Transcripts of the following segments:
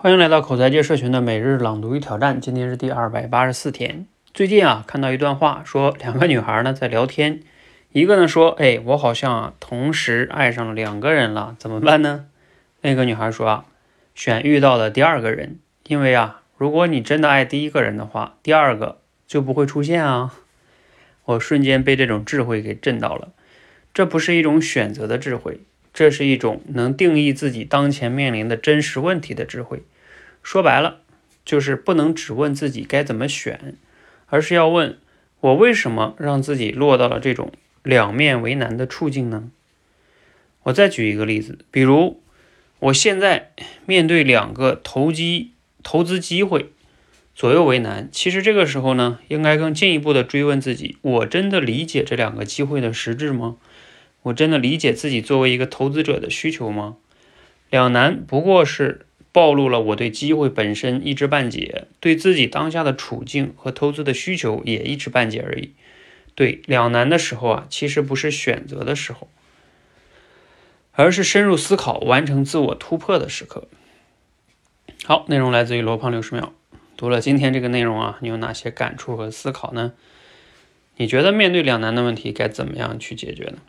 欢迎来到口才界社群的每日朗读与挑战，今天是第284天。最近看到一段话，说两个女孩呢在聊天，一个呢说，我好像同时爱上了2个人了，怎么办呢？那个女孩说选遇到的第2个人，因为如果你真的爱第1个人的话，第2个就不会出现啊。我瞬间被这种智慧给震到了，这不是一种选择的智慧，这是一种能定义自己当前面临的真实问题的智慧。说白了，就是不能只问自己该怎么选，而是要问我为什么让自己落到了这种两面为难的处境呢？我再举一个例子，比如我现在面对2个投资机会，左右为难。其实这个时候呢，应该更进一步的追问自己，我真的理解这2个机会的实质吗？我真的理解自己作为一个投资者的需求吗？两难不过是暴露了我对机会本身一知半解，对自己当下的处境和投资的需求也一知半解而已。对，两难的时候其实不是选择的时候，而是深入思考、完成自我突破的时刻。好，内容来自于罗胖60秒。读了今天这个内容你有哪些感触和思考呢？你觉得面对两难的问题该怎么样去解决呢？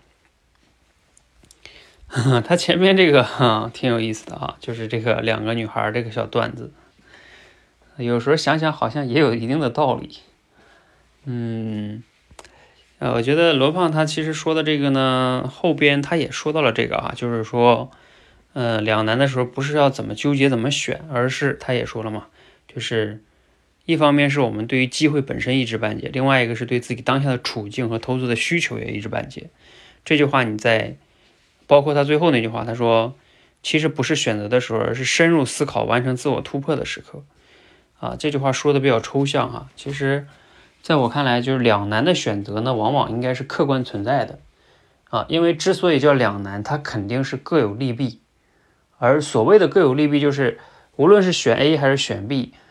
他前面这个挺有意思的就是这个2个女孩这个小段子，有时候想想好像也有一定的道理。我觉得罗胖他其实说的这个呢，后边他也说到了这个就是说两难的时候不是要怎么纠结怎么选，而是他也说了嘛，就是一方面是我们对于机会本身一知半解，另外一个是对自己当下的处境和投资的需求也一知半解。这句话你在包括他最后那句话，他说其实不是选择的时候，而是深入思考完成自我突破的时刻这句话说的比较抽象其实在我看来，就是两难的选择呢，往往应该是客观存在的因为之所以叫两难，它肯定是各有利弊，而所谓的各有利弊，就是无论是选 A 还是选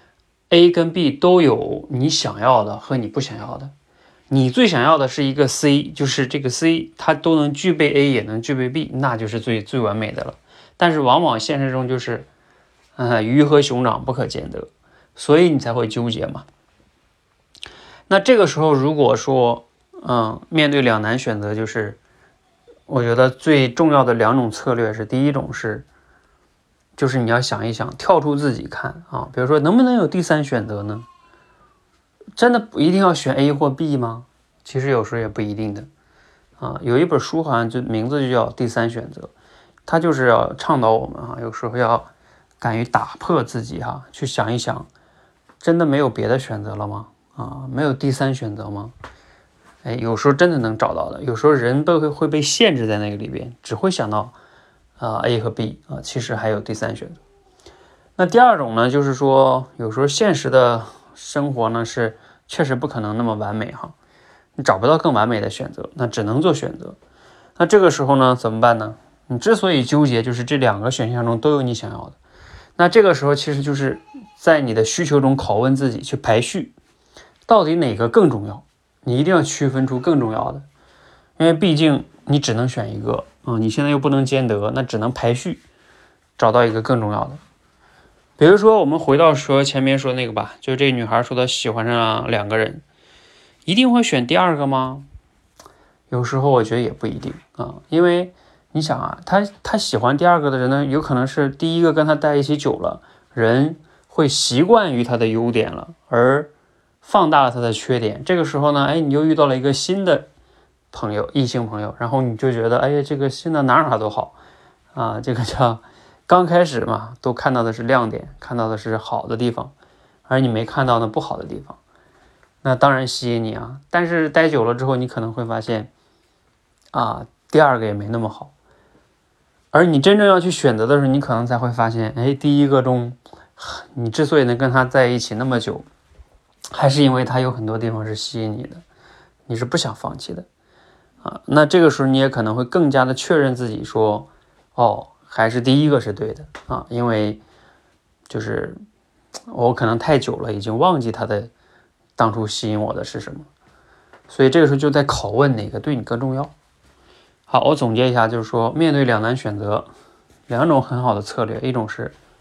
B，A 跟 B 都有你想要的和你不想要的。你最想要的是一个 C， 就是这个 C 它都能具备 A 也能具备 B， 那就是最完美的了。但是往往现实中就是鱼和熊掌不可兼得，所以你才会纠结嘛。那这个时候如果说面对两难选择，就是我觉得最重要的2种策略是，第一种就是你要想一想，跳出自己看比如说能不能有第3选择呢？真的不一定要选 A 或 B 吗？其实有时候也不一定的有一本书好像就名字就叫第3选择，它就是要倡导我们有时候要敢于打破自己去想一想，真的没有别的选择了吗？没有第3选择吗？有时候真的能找到的，有时候人都会被限制在那个里边，只会想到A 和 B 其实还有第3选择。那第2种呢，就是说有时候现实的生活呢是确实不可能那么完美你找不到更完美的选择，那只能做选择。那这个时候呢怎么办呢？你之所以纠结，就是这2个选项中都有你想要的。那这个时候其实就是在你的需求中拷问自己，去排序到底哪个更重要，你一定要区分出更重要的，因为毕竟你只能选一个你现在又不能兼得，那只能排序找到一个更重要的。比如说我们回到说前面说那个吧，就这女孩说她喜欢上2个人，一定会选第2个吗？有时候我觉得也不一定因为你想她喜欢第2个的人呢，有可能是第1个跟她在一起久了，人会习惯于她的优点了，而放大了她的缺点。这个时候呢你又遇到了一个新的朋友，异性朋友，然后你就觉得这个新的哪都好这个叫刚开始嘛，都看到的是亮点，看到的是好的地方，而你没看到那不好的地方，那当然吸引你但是待久了之后，你可能会发现第2个也没那么好，而你真正要去选择的时候，你可能才会发现第1个中你之所以能跟他在一起那么久，还是因为他有很多地方是吸引你的，你是不想放弃的那这个时候你也可能会更加的确认自己说还是第1个是对的因为就是我可能太久了，已经忘记他的当初吸引我的是什么，所以这个时候就在拷问哪个对你更重要。好，我总结一下，就是说面对两难选择，2种很好的策略，一种是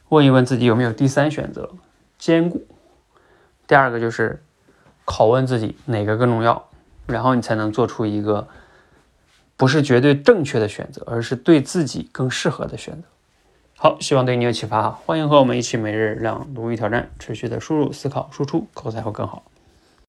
问一问自己有没有第三选择，兼顾。第二个就是拷问自己哪个更重要，然后你才能做出一个不是绝对正确的选择，而是对自己更适合的选择。好，希望对你有启发哈，欢迎和我们一起每日2读1挑战，持续的输入、思考、输出，口才会更好。